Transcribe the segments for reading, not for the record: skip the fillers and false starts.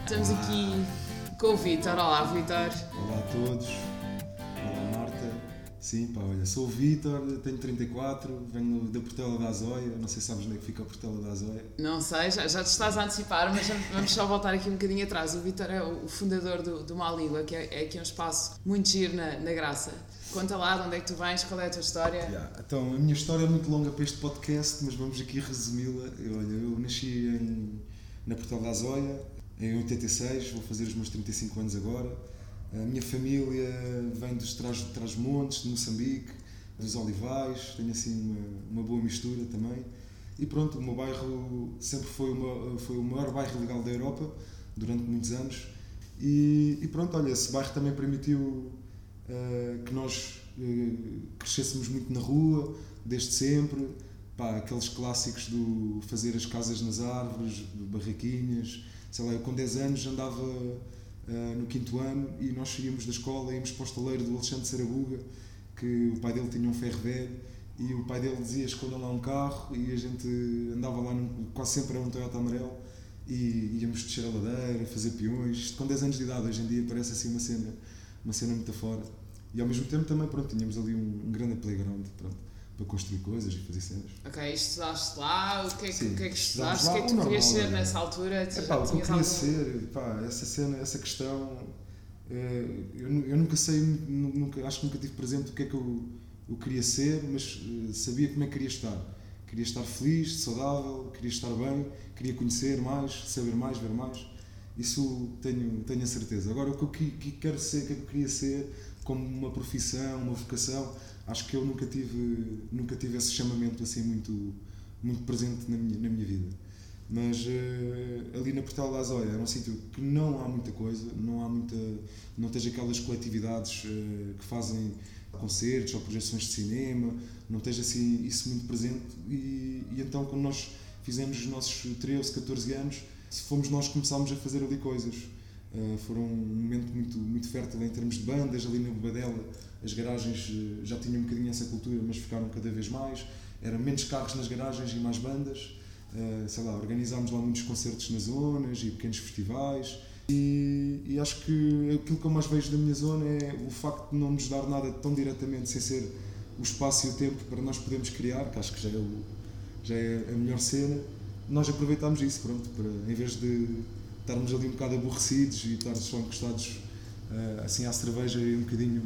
Estamos aqui com o Vítor. Olá, Vítor. Olá a todos. Olá, Marta. Sim, pá, olha, sou o Vítor, tenho 34, venho da Portela da Azóia. Não sei se sabes onde é que fica a Portela da Azóia. Não sei, já te estás a antecipar, mas vamos só voltar aqui um bocadinho atrás. O Vítor é o fundador do Má Língua, que é aqui um espaço muito giro na Graça. Conta lá de onde é que tu vens, qual é a tua história? Então, a minha história é muito longa para este podcast, mas vamos aqui resumi-la. Eu nasci na Portela da Azóia, em 86, vou fazer os meus 35 anos agora. A minha família vem dos Trás-os-Montes, de Moçambique, dos Olivais, tenho assim uma boa mistura também. E pronto, o meu bairro sempre foi o maior bairro legal da Europa, durante muitos anos. E pronto, olha, esse bairro também permitiu que nós crescêssemos muito na rua, desde sempre. Pá, aqueles clássicos do fazer as casas nas árvores, barraquinhas. Sei lá, eu com 10 anos andava no 5º ano e nós saíamos da escola e íamos para o estaleiro do Alexandre Sarabuga, que o pai dele tinha um ferro velho e o pai dele dizia: escolham lá um carro, e a gente andava lá, quase sempre era um Toyota amarelo, e íamos descer a ladeira, fazer peões. Isto com 10 anos de idade, hoje em dia parece assim uma cena muito fora. E ao mesmo tempo também, pronto, tínhamos ali um grande playground, pronto, para construir coisas e fazer cenas. Ok, estudaste lá, o que é que estudaste, lá, o que é que tu querias ser nessa altura? O que eu queria ser, pá, essa questão, eu nunca sei, acho que nunca tive presente o que é que eu queria ser, mas sabia como é que queria estar. Queria estar feliz, saudável, queria estar bem, queria conhecer mais, saber mais, ver mais. Isso tenho a certeza. Agora, o que eu quero ser, o que é que eu queria ser, como uma profissão, uma vocação, acho que eu nunca tive esse chamamento assim muito presente na minha vida. Mas ali na Portela da Azóia é um sítio que não há muita coisa, não tens aquelas coletividades que fazem concertos ou projeções de cinema, não tens assim isso muito presente, e então quando nós fizemos os nossos 13, 14 anos, fomos nós que começámos a fazer ali coisas. Foram um momento muito fértil em termos de bandas. Ali na Bobadela as garagens já tinham um bocadinho essa cultura, mas ficaram cada vez mais, eram menos carros nas garagens e mais bandas. Sei lá, organizámos lá muitos concertos nas zonas e pequenos festivais, e acho que aquilo que eu mais vejo da minha zona é o facto de não nos dar nada tão diretamente, sem ser o espaço e o tempo para nós podermos criar, que acho que já é a melhor cena. Nós aproveitámos isso, pronto, para, em vez de estarmos ali um bocado aborrecidos e estarmos só encostados assim à cerveja e um bocadinho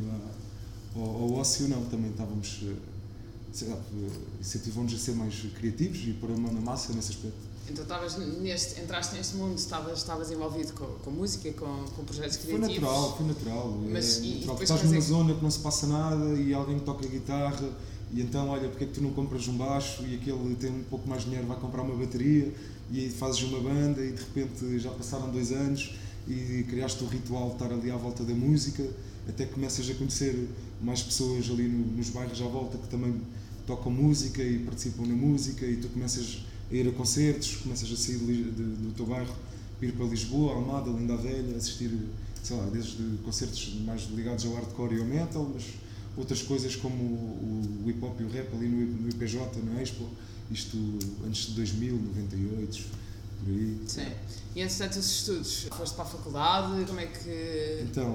ao ócio, não, também estávamos, sei lá, incentivou-nos a ser mais criativos e pôr a mão na massa nesse aspecto. Então entraste neste mundo, estavas envolvido com música, com projetos criativos? Foi natural. Mas, estás numa zona que não se passa nada e alguém toca guitarra, e então, olha, porque é que tu não compras um baixo, e aquele tem um pouco mais de dinheiro, vai comprar uma bateria, e aí fazes uma banda, e de repente já passaram 2 anos e criaste o ritual de estar ali à volta da música, até que começas a conhecer mais pessoas ali nos bairros à volta que também tocam música e participam na música, e tu começas a ir a concertos, começas a sair do teu bairro, ir para Lisboa, Almada, Linda a Velha, assistir, sei lá, desde concertos mais ligados ao hardcore e ao metal, mas outras coisas como o hip hop e o rap ali no IPJ, na Expo, isto antes de 2000, 98, por aí. Sim. E entretanto os estudos, foste para a faculdade, como é que... Então,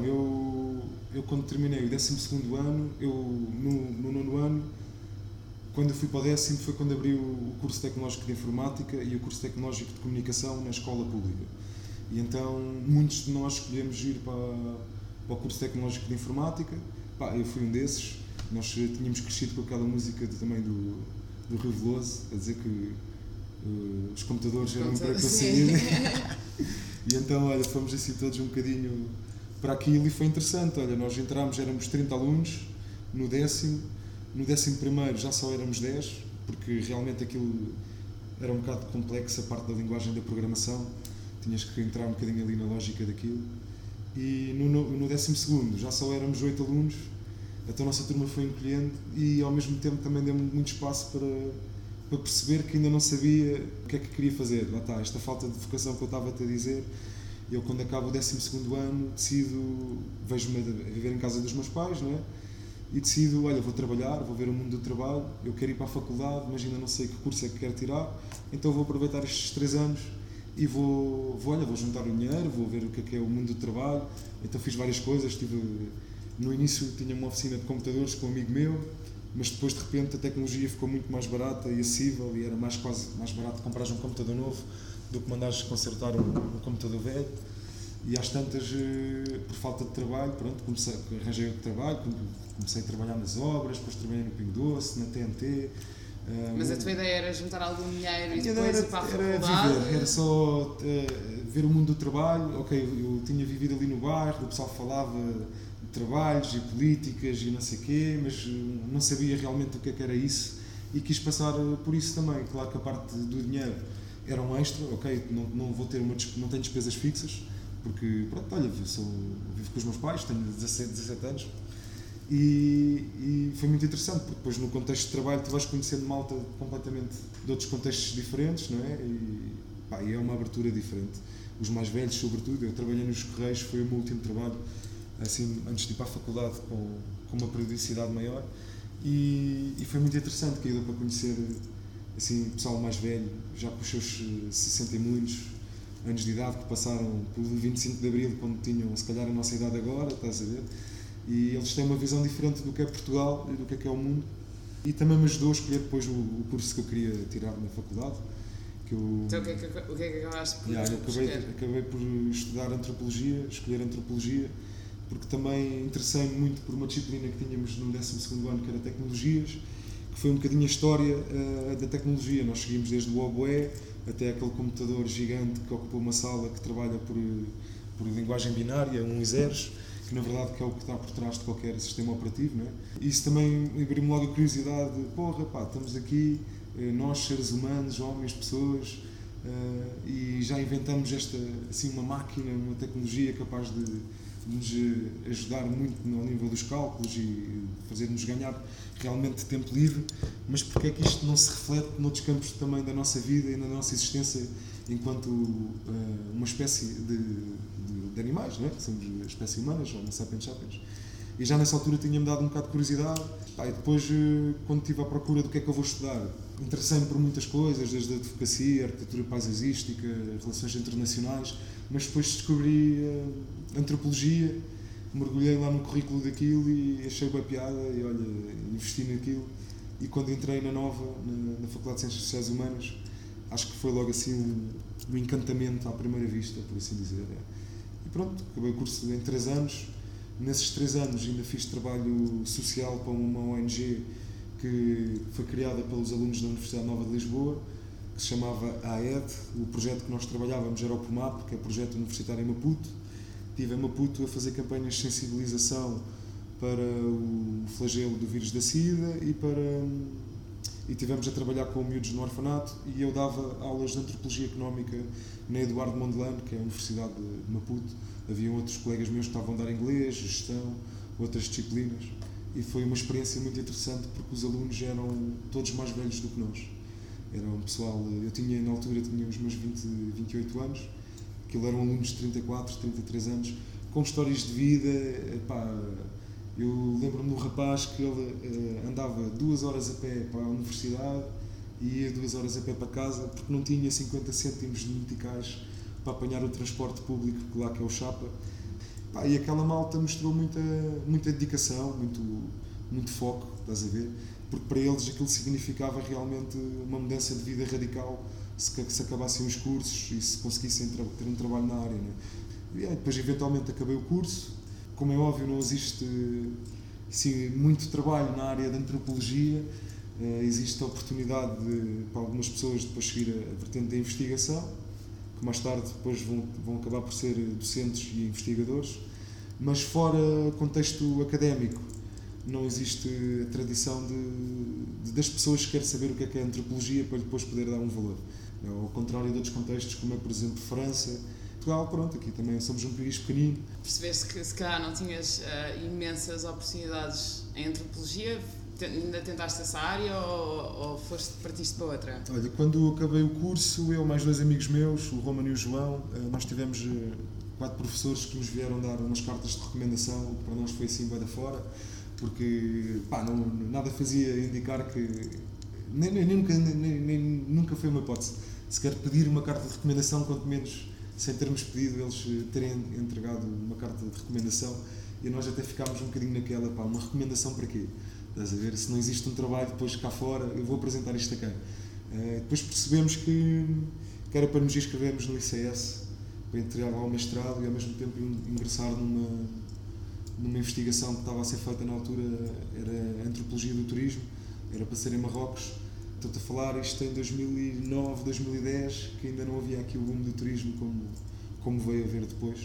eu quando terminei o 12º ano, no 9º ano, quando eu fui para o 10º, foi quando abri o curso tecnológico de informática e o curso tecnológico de comunicação na escola pública. E então muitos de nós escolhemos ir para o curso tecnológico de informática. Pá, eu fui um desses. Nós tínhamos crescido com aquela música também do Rio Veloso, a dizer que os computadores eram para conseguir. E então, olha, fomos assim todos um bocadinho para aquilo, e foi interessante. Olha, nós entramos, éramos 30 alunos no 10º. No 11º já só éramos 10, porque realmente aquilo era um bocado complexo, a parte da linguagem da programação, tinhas que entrar um bocadinho ali na lógica daquilo. E no 12º já só éramos 8 alunos, então a nossa turma foi encolhendo, e ao mesmo tempo também deu-me muito espaço para perceber que ainda não sabia o que é que queria fazer. Lá está, esta falta de vocação que eu estava-te a dizer. Eu, quando acabo o 12º ano, vejo-me a viver em casa dos meus pais, não é? E decido, olha, vou trabalhar, vou ver o mundo do trabalho, eu quero ir para a faculdade, mas ainda não sei que curso é que quero tirar, então vou aproveitar estes 3 anos e vou juntar o dinheiro, vou ver o que é o mundo do trabalho. Então fiz várias coisas, no início tinha uma oficina de computadores com um amigo meu, mas depois de repente a tecnologia ficou muito mais barata e acessível e era quase mais barato comprares um computador novo do que mandares consertar um computador velho. E às tantas, por falta de trabalho, pronto, arranjei outro trabalho, comecei a trabalhar nas obras, depois trabalhei no Pingo Doce, na TNT. Mas a tua ideia era juntar algum dinheiro e depois ir para a faculdade? Era viver, era só ver o mundo do trabalho. Ok, eu tinha vivido ali no bairro, o pessoal falava de trabalhos e políticas e não sei o quê, mas não sabia realmente o que era isso e quis passar por isso também. Claro que a parte do dinheiro era um extra, ok, não tenho despesas fixas, porque, pronto, olha, vivo com os meus pais, tenho 17 anos. E foi muito interessante, porque depois no contexto de trabalho tu vais conhecendo malta completamente de outros contextos diferentes, não é? E é uma abertura diferente. Os mais velhos, sobretudo, eu trabalhei nos Correios, foi o meu último trabalho, assim, antes de ir para a faculdade, com uma periodicidade maior, e foi muito interessante, que eu deu para conhecer, assim, pessoal mais velho, já com os seus 60 e muitos anos de idade, que passaram pelo 25 de Abril, quando tinham, se calhar, a nossa idade agora, estás a ver? E eles têm uma visão diferente do que é Portugal e do que é o mundo. E também me ajudou a escolher depois o curso que eu queria tirar na faculdade. Então o que é que acabaste por escolher? Acabei por estudar Antropologia, escolher Antropologia, porque também interessei-me muito por uma disciplina que tínhamos no 12º ano, que era Tecnologias, que foi um bocadinho a história da tecnologia. Nós seguimos desde o oboé até aquele computador gigante que ocupa uma sala, que trabalha por linguagem binária, 1 e 0, que na verdade que é o que está por trás de qualquer sistema operativo, não é? Isso também abriu-me logo a curiosidade de, estamos aqui, nós seres humanos, homens, pessoas, e já inventamos uma máquina, uma tecnologia capaz de nos ajudar muito ao nível dos cálculos e fazer-nos ganhar realmente tempo livre, mas porque é que isto não se reflete noutros campos também da nossa vida e na nossa existência enquanto uma espécie de animais, não é? Somos a espécie humana, Homo sapiens sapiens. E já nessa altura tinha-me dado um bocado de curiosidade. E depois, quando estive à procura do que é que eu vou estudar, interessei-me por muitas coisas, desde a advocacia, arquitetura paisagística, relações internacionais, mas depois descobri antropologia, mergulhei lá no currículo daquilo e achei boa piada e olha, investi naquilo. E quando entrei na Faculdade de Ciências Sociais e Humanas, acho que foi logo assim um encantamento à primeira vista, por assim dizer. E pronto, acabei o curso em 3 anos. Nesses 3 anos ainda fiz trabalho social para uma ONG que foi criada pelos alunos da Universidade Nova de Lisboa, que se chamava AED. O projeto que nós trabalhávamos era o PUMAP, que é o projeto universitário em Maputo. Estive em Maputo a fazer campanhas de sensibilização para o flagelo do vírus da SIDA e tivemos a trabalhar com miúdos no orfanato, e eu dava aulas de Antropologia Económica na Eduardo Mondlane, que é a Universidade de Maputo. Haviam outros colegas meus que estavam a dar inglês, gestão, outras disciplinas, e foi uma experiência muito interessante porque os alunos eram todos mais velhos do que nós. Era um pessoal, na altura tinha os meus 28 anos, aquilo eram alunos de 34, 33 anos, com histórias de vida. Eu lembro-me de um rapaz que ele andava 2 horas a pé para a universidade e ia 2 horas a pé para casa porque não tinha 50 cêntimos de meticais para apanhar o transporte público, que lá que é o Chapa. E aquela malta mostrou muita dedicação, muito foco, estás a ver? Porque para eles aquilo significava realmente uma mudança de vida radical se acabassem os cursos e se conseguissem ter um trabalho na área, né? E depois eventualmente acabei o curso. Como é óbvio, não existe muito trabalho na área de antropologia. Existe a oportunidade para algumas pessoas depois seguir a vertente da investigação, que mais tarde depois vão acabar por ser docentes e investigadores, mas fora contexto académico não existe a tradição das pessoas que querem saber o que é antropologia para depois poder dar um valor. Ao contrário de outros contextos, como é, por exemplo, França, Portugal, pronto, aqui também somos um país pequenino. Percebeste que se calhar não tinhas imensas oportunidades em antropologia? Ainda tentaste essa área ou partiste para outra? Olha, quando acabei o curso, eu mais 2 amigos meus, o Romano e o João, nós tivemos 4 professores que nos vieram dar umas cartas de recomendação, que para nós foi assim bem da fora, porque nada fazia indicar que nem nunca foi uma hipótese sequer pedir uma carta de recomendação, quanto menos sem termos pedido eles terem entregado uma carta de recomendação, e nós até ficámos um bocadinho naquela, pá, uma recomendação para quê? Estás a ver? Se não existe um trabalho depois cá fora, eu vou apresentar isto a quem? Depois percebemos que era para nos inscrevermos no ICS, para entrar lá ao mestrado e ao mesmo tempo ingressar numa investigação que estava a ser feita na altura, era a antropologia do turismo, era para ser em Marrocos. Estou-te a falar isto em 2009, 2010, que ainda não havia aqui o boom do turismo como veio a haver depois.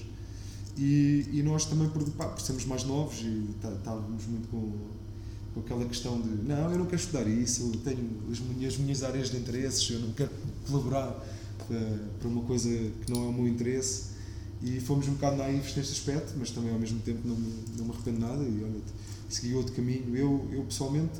E nós também, por sermos mais novos, e estávamos muito com aquela questão de não, eu não quero estudar isso, eu tenho as minhas áreas de interesses, eu não quero colaborar para uma coisa que não é o meu interesse, e fomos um bocado naivos neste aspecto, mas também ao mesmo tempo não me arrependo nada e olha, segui outro caminho. Eu pessoalmente,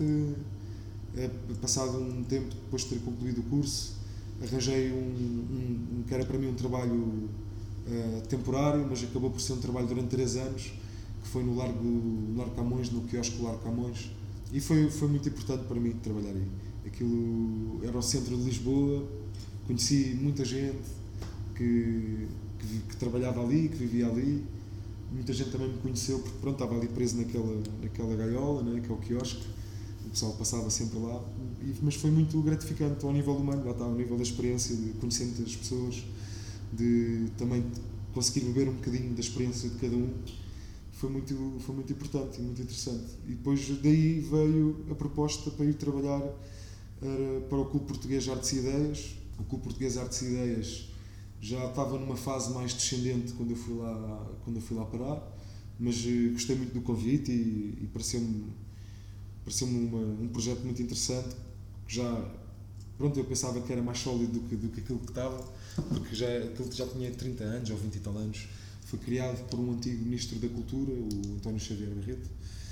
passado um tempo depois de ter concluído o curso, arranjei que era para mim um trabalho temporário, mas acabou por ser um trabalho durante 3 anos, que foi no Largo Camões, no quiosque Largo Camões, e foi muito importante para mim trabalhar aí. Aquilo era o centro de Lisboa, conheci muita gente que trabalhava ali, que vivia ali, muita gente também me conheceu porque pronto, estava ali preso naquela gaiola, né, que é o quiosque, o pessoal passava sempre lá, mas foi muito gratificante ao nível humano, lá está, ao nível da experiência, de conhecer muitas pessoas, de também conseguir beber um bocadinho da experiência de cada um. Foi muito importante e muito interessante. E depois daí veio a proposta para ir trabalhar para o Clube Português de Artes e Ideias. O Clube Português de Artes e Ideias já estava numa fase mais descendente quando eu fui lá parar, mas gostei muito do convite e pareceu-me um projeto muito interessante, que eu pensava que era mais sólido do que aquilo que estava, porque aquilo já tinha 30 anos ou 20 e tal anos. Foi criado por um antigo Ministro da Cultura, o António Xavier Barreto,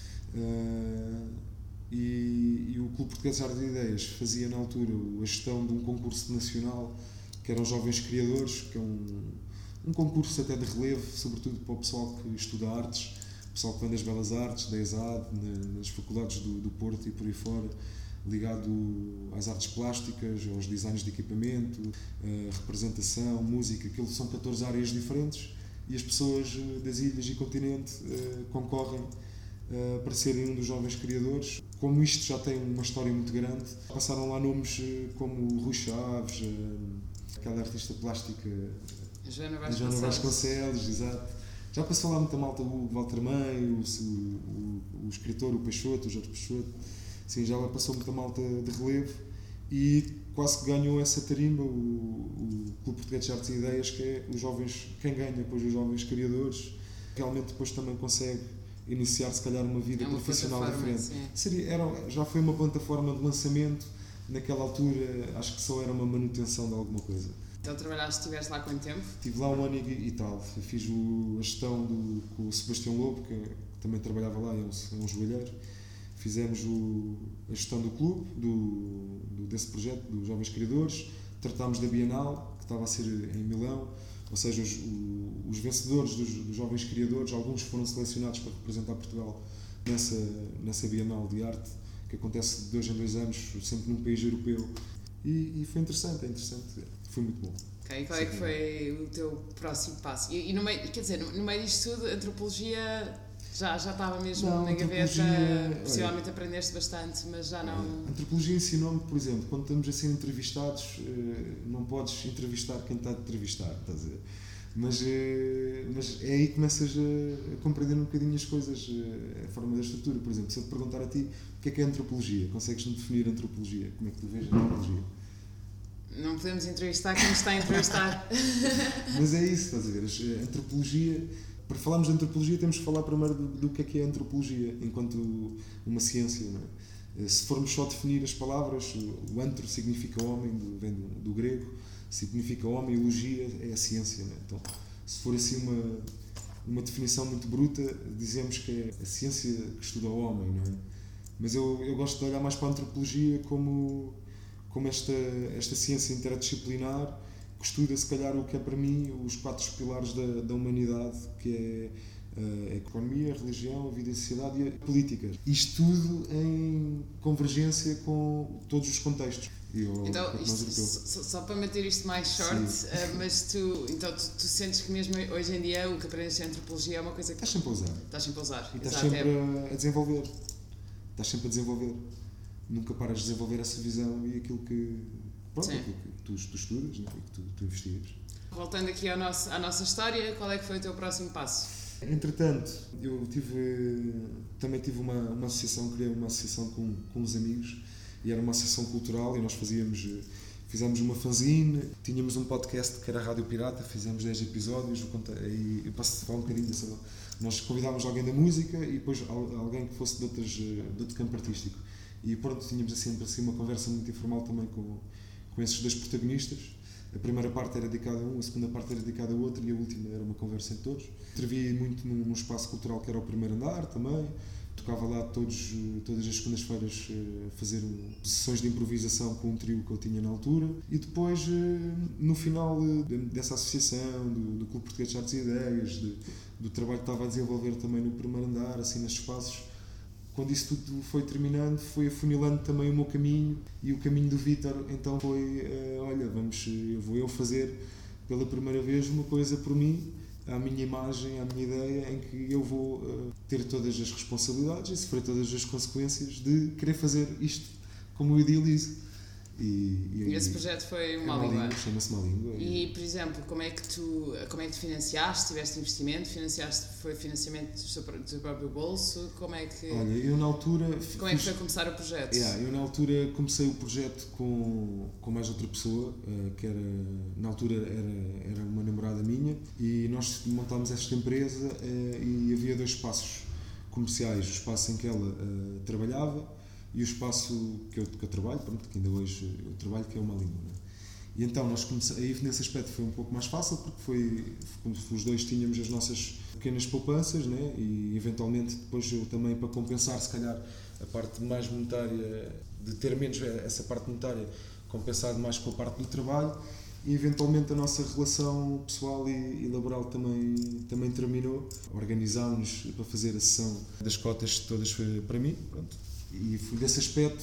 e o Clube Português de Artes e Ideias fazia na altura a gestão de um concurso nacional que eram Jovens Criadores, que é um concurso até de relevo, sobretudo para o pessoal que estuda artes, o pessoal que vem das Belas Artes, da ESAD, nas faculdades do Porto e por aí fora, ligado às artes plásticas, aos designs de equipamento, representação, música, aquilo são 14 áreas diferentes, e as pessoas das ilhas e continente concorrem para serem um dos Jovens Criadores. Como isto já tem uma história muito grande, passaram lá nomes como o Rui Chaves, aquela artista plástica, a Joana Vasconcelos, exato. Já passou lá muita malta, o Walter May, o escritor, o Peixoto, o Jorge Peixoto. Sim, já lá passou muita malta de relevo e quase que ganhou essa tarimba o Clube Português de Artes e Ideias, que é os jovens, quem ganha depois os Jovens Criadores, realmente depois também consegue iniciar se calhar uma vida profissional diferente. Já foi uma plataforma de lançamento, naquela altura acho que só era uma manutenção de alguma coisa. Então estiveste lá quanto tempo? Estive lá 1 ano e tal. Eu fiz a gestão com o Sebastião Lobo, que também trabalhava lá, é um joalheiro. Fizemos a gestão do clube, desse projeto dos Jovens Criadores. Tratámos da Bienal, que estava a ser em Milão, ou seja, os vencedores dos Jovens Criadores, alguns foram selecionados para representar Portugal nessa Bienal de Arte, que acontece de 2 em 2 anos, sempre num país europeu. E foi interessante, foi muito bom. Ok, qual é que foi o teu próximo passo? E no meio, quer dizer, no meio disto tudo, a antropologia já estava mesmo na gaveta, possivelmente aprendeste bastante, mas já não... A antropologia ensinou-me, por exemplo, quando estamos a ser entrevistados, não podes entrevistar quem está a te entrevistar, estás a ver? Mas é aí que começas a compreender um bocadinho as coisas, a forma da estrutura. Por exemplo, se eu te perguntar a ti o que é antropologia, consegues-me definir a antropologia? Como é que tu vês a antropologia? Não podemos entrevistar quem nos está a entrevistar. Mas é isso, estás a ver? A antropologia, para falarmos de antropologia temos que falar primeiro do que é a antropologia, enquanto uma ciência, não é? Se formos só definir as palavras, o antro significa homem, vem do grego, significa homem, e logia é a ciência, não é? Então, se for assim uma definição muito bruta, dizemos que é a ciência que estuda o homem, não é? Mas eu gosto de olhar mais para a antropologia como esta ciência interdisciplinar que estuda, se calhar, o que é para mim os 4 pilares da humanidade, que é a economia, a religião, a vida em sociedade e a política. Isto tudo em convergência com todos os contextos. Então, só para manter isto mais short, mas tu sentes que mesmo hoje em dia o que aprendes em antropologia é uma coisa que... Estás sempre a usar. E estás sempre a desenvolver. Estás sempre a desenvolver. Nunca paras de desenvolver essa visão e aquilo que, aquilo que tu estudas, né? E que tu investigas. Voltando aqui à nossa história, qual é que foi o teu próximo passo? Entretanto, eu também tive uma associação, criei uma associação com uns amigos, e era uma associação cultural, e nós fizemos uma fanzine, tínhamos um podcast que era a Rádio Pirata, fizemos 10 episódios, e eu passo a falar um bocadinho dessa. Nós convidávamos alguém da música e depois alguém que fosse de outro campo artístico. E pronto, tínhamos sempre assim uma conversa muito informal também com esses dois protagonistas. A primeira parte era dedicada a um, a segunda parte era dedicada a outro e a última era uma conversa entre todos. Intervi muito num espaço cultural que era o Primeiro Andar também. Tocava lá todas as segundas-feiras fazer sessões de improvisação com um trio que eu tinha na altura. E depois, no final dessa associação, do Clube Português de Artes e Ideias, do trabalho que estava a desenvolver também no Primeiro Andar, assim nesses espaços, quando isso tudo foi terminando, foi afunilando também o meu caminho, e o caminho do Vítor então foi, vou fazer pela primeira vez uma coisa por mim, à minha imagem, à minha ideia, em que eu vou ter todas as responsabilidades e sofrer todas as consequências de querer fazer isto como eu idealizo. E esse projeto foi Má Língua. Chama-se Má Língua. E, por exemplo, como é que tu financiaste? Tiveste investimento? Foi financiamento do teu próprio bolso? Como é que... Olha, eu na altura... Como é que foi começar o projeto? Eu na altura comecei o projeto com mais outra pessoa, que na altura era uma namorada minha, e nós montámos esta empresa e havia 2 espaços comerciais, o espaço em que ela trabalhava e o espaço que eu trabalho, pronto, que ainda hoje eu trabalho, que é uma língua. Né? E então nós aí nesse aspecto foi um pouco mais fácil, porque como os dois tínhamos as nossas pequenas poupanças, né? E eventualmente depois eu também, para compensar se calhar a parte mais monetária, de ter menos essa parte monetária, compensado mais com a parte do trabalho, e eventualmente a nossa relação pessoal e laboral também terminou. Organizámos para fazer a sessão das cotas todas para mim, pronto. E desse aspecto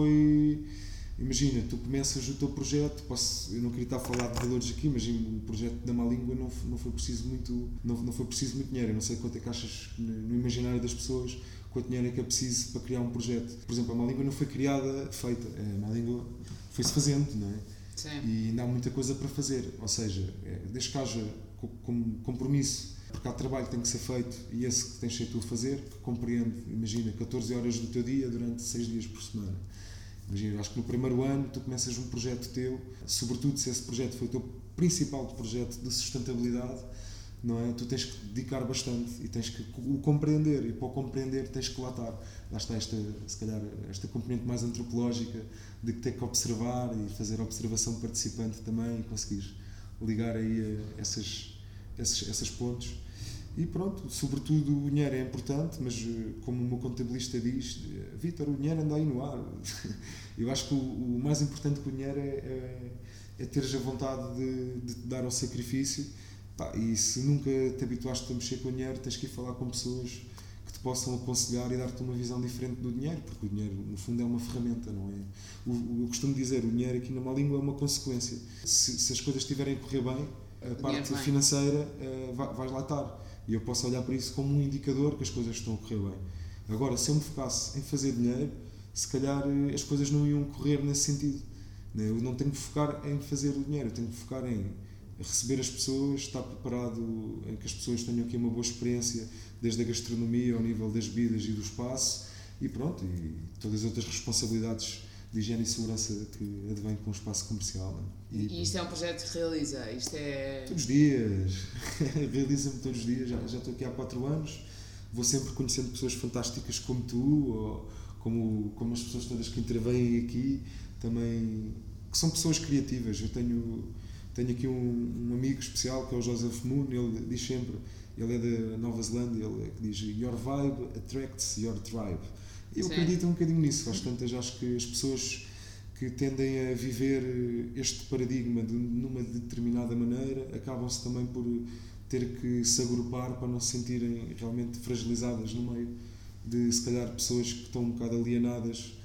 imagina, tu começas o teu projeto, eu não queria estar a falar de valores aqui, mas o projeto da Má Língua não foi preciso muito dinheiro. Eu não sei quanto é que achas no imaginário das pessoas, quanto dinheiro é que é preciso para criar um projeto. Por exemplo, a Má Língua não foi feita, a Má Língua foi-se fazendo, não é? Sim. E ainda há muita coisa para fazer, ou seja, desde que haja compromisso, porque há trabalho que tem que ser feito e esse que tens feito tu a fazer, que compreende, imagina, 14 horas do teu dia durante 6 dias por semana. Imagina, acho que no primeiro ano tu começas um projeto teu, sobretudo se esse projeto foi o teu principal projeto de sustentabilidade, não é? Tu tens que dedicar bastante e tens que o compreender, e para o compreender tens que lá estar. Lá está se calhar esta componente mais antropológica de que ter que observar e fazer observação participante também, e conseguir ligar aí essas pontes. E pronto, sobretudo o dinheiro é importante, mas como o meu contabilista diz, Vítor, o dinheiro anda aí no ar. Eu acho que o mais importante com o dinheiro é teres a vontade de te dar ao sacrifício. E se nunca te habituaste a mexer com o dinheiro, tens que ir falar com pessoas que te possam aconselhar e dar-te uma visão diferente do dinheiro, porque o dinheiro, no fundo, é uma ferramenta, não é? Eu costumo dizer, o dinheiro aqui na Má Língua é uma consequência. Se as coisas estiverem a correr bem, a parte financeira vai lá estar. E eu posso olhar para isso como um indicador que as coisas estão a correr bem. Agora, se eu me focasse em fazer dinheiro, se calhar as coisas não iam correr nesse sentido. Eu não tenho que focar em fazer o dinheiro, eu tenho que focar em receber as pessoas, estar preparado em que as pessoas tenham aqui uma boa experiência, desde a gastronomia ao nível das bebidas e do espaço, e pronto, e todas as outras responsabilidades de higiene e segurança que advém com o espaço comercial. Não é? E isto é um projeto que realiza? Isto é... Todos os dias, realiza-me todos os dias, já estou aqui há 4 anos, vou sempre conhecendo pessoas fantásticas como tu, ou como as pessoas todas que intervêm aqui, também, que são pessoas criativas. Eu tenho aqui um amigo especial que é o Joseph Moon, ele diz sempre, ele é da Nova Zelândia, ele diz Your vibe attracts your tribe. Eu acredito um bocadinho nisso, às tantas acho que as pessoas que tendem a viver este paradigma numa determinada maneira acabam-se também por ter que se agrupar para não se sentirem realmente fragilizadas no meio de, se calhar, pessoas que estão um bocado alienadas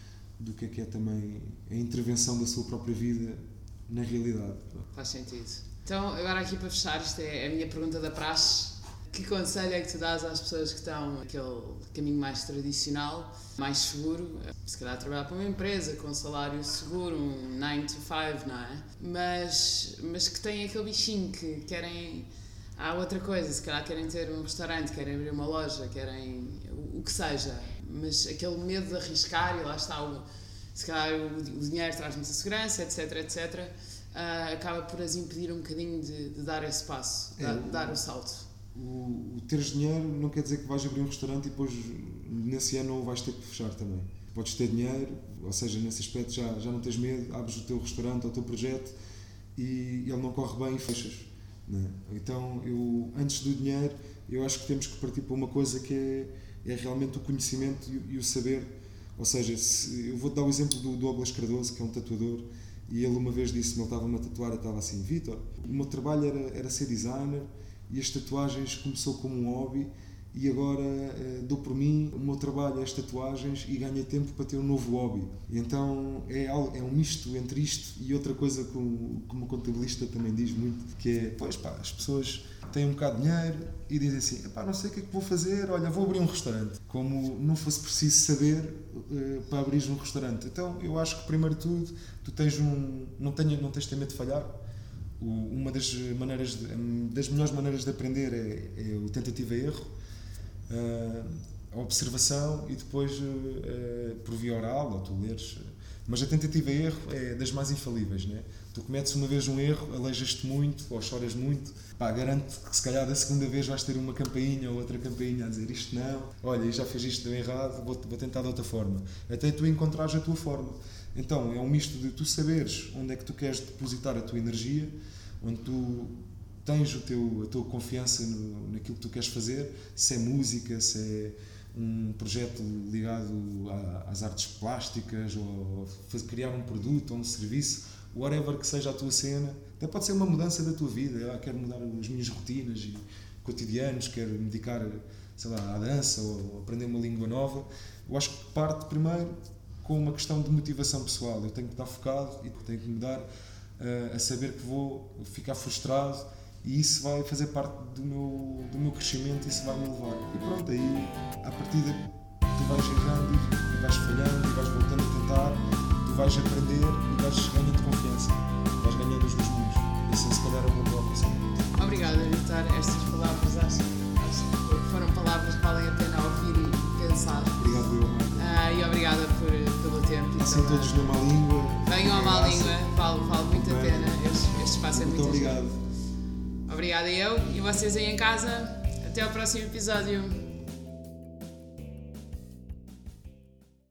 do que é também a intervenção da sua própria vida na realidade. Faz sentido. Então, agora aqui para fechar, isto é a minha pergunta da praxe. Que conselho é que tu dás às pessoas que estão naquele caminho mais tradicional, mais seguro, se calhar trabalhar para uma empresa com um salário seguro, um 9 to 5, não é? Mas que têm aquele bichinho que querem... Há outra coisa, se calhar querem ter um restaurante, querem abrir uma loja, querem o que seja, mas aquele medo de arriscar, e lá está, se calhar o dinheiro traz muita segurança, etc, etc, acaba por as impedir um bocadinho de dar esse passo, dar o salto. O teres dinheiro não quer dizer que vais abrir um restaurante e depois nesse ano não o vais ter que fechar também. Podes ter dinheiro, ou seja, nesse aspecto já não tens medo, abres o teu restaurante ou o teu projeto e ele não corre bem e fechas. Não é? Então, antes do dinheiro, eu acho que temos que partir para uma coisa que é realmente o conhecimento e o saber. Ou seja, eu vou-te dar o exemplo do Douglas Cardoso, que é um tatuador, e ele uma vez disse-me, ele estava-me a tatuar e estava assim: Vítor, o meu trabalho era ser designer, e as tatuagens começou como um hobby e agora dou por mim, o meu trabalho é as tatuagens e ganhei tempo para ter um novo hobby. E então é um misto entre isto e outra coisa que o contabilista também diz muito, que é, as pessoas têm um bocado de dinheiro e dizem assim, não sei o que é que vou fazer, olha, vou abrir um restaurante. Como não fosse preciso saber para abrir um restaurante. Então eu acho que primeiro de tudo, tu tens não tens de ter medo de falhar. Uma das melhores maneiras de aprender é o tentativa e erro, a observação e depois por via oral, ou tu leres. Mas a tentativa e erro é das mais infalíveis, né? Tu cometes uma vez um erro, aleijas-te muito ou choras muito, garanto que se calhar da segunda vez vais ter uma campainha ou outra campainha a dizer isto não, olha, já fez isto, deu errado, vou tentar de outra forma, até tu encontrares a tua forma. Então é um misto de tu saberes onde é que tu queres depositar a tua energia, onde tu tens a tua confiança naquilo que tu queres fazer, se é música, se é um projeto ligado às artes plásticas, ou criar um produto ou um serviço, whatever que seja a tua cena. Até pode ser uma mudança da tua vida, quero mudar as minhas rotinas e cotidianos, quero me dedicar, sei lá, à dança ou aprender uma língua nova. Eu acho que parte primeiro com uma questão de motivação pessoal. Eu tenho que estar focado e tenho que me dar a saber que vou ficar frustrado, e isso vai fazer parte do meu crescimento, e isso vai me levar. E pronto, aí à partida tu vais errando e vais falhando e vais voltando a tentar, tu vais aprender e vais ganhando confiança, vais ganhando os dois mundos. Esse se calhar é o meu próprio pensamento. Obrigada, Vítor. Estas palavras acho que foram palavras que valem a pena ouvir e pensar. Obrigado, eu. E obrigada pelo tempo. Passem todos na má língua. Venham à má língua, vale muito a pena. Este espaço é muito obrigado. Obrigada eu e vocês aí em casa. Até ao próximo episódio.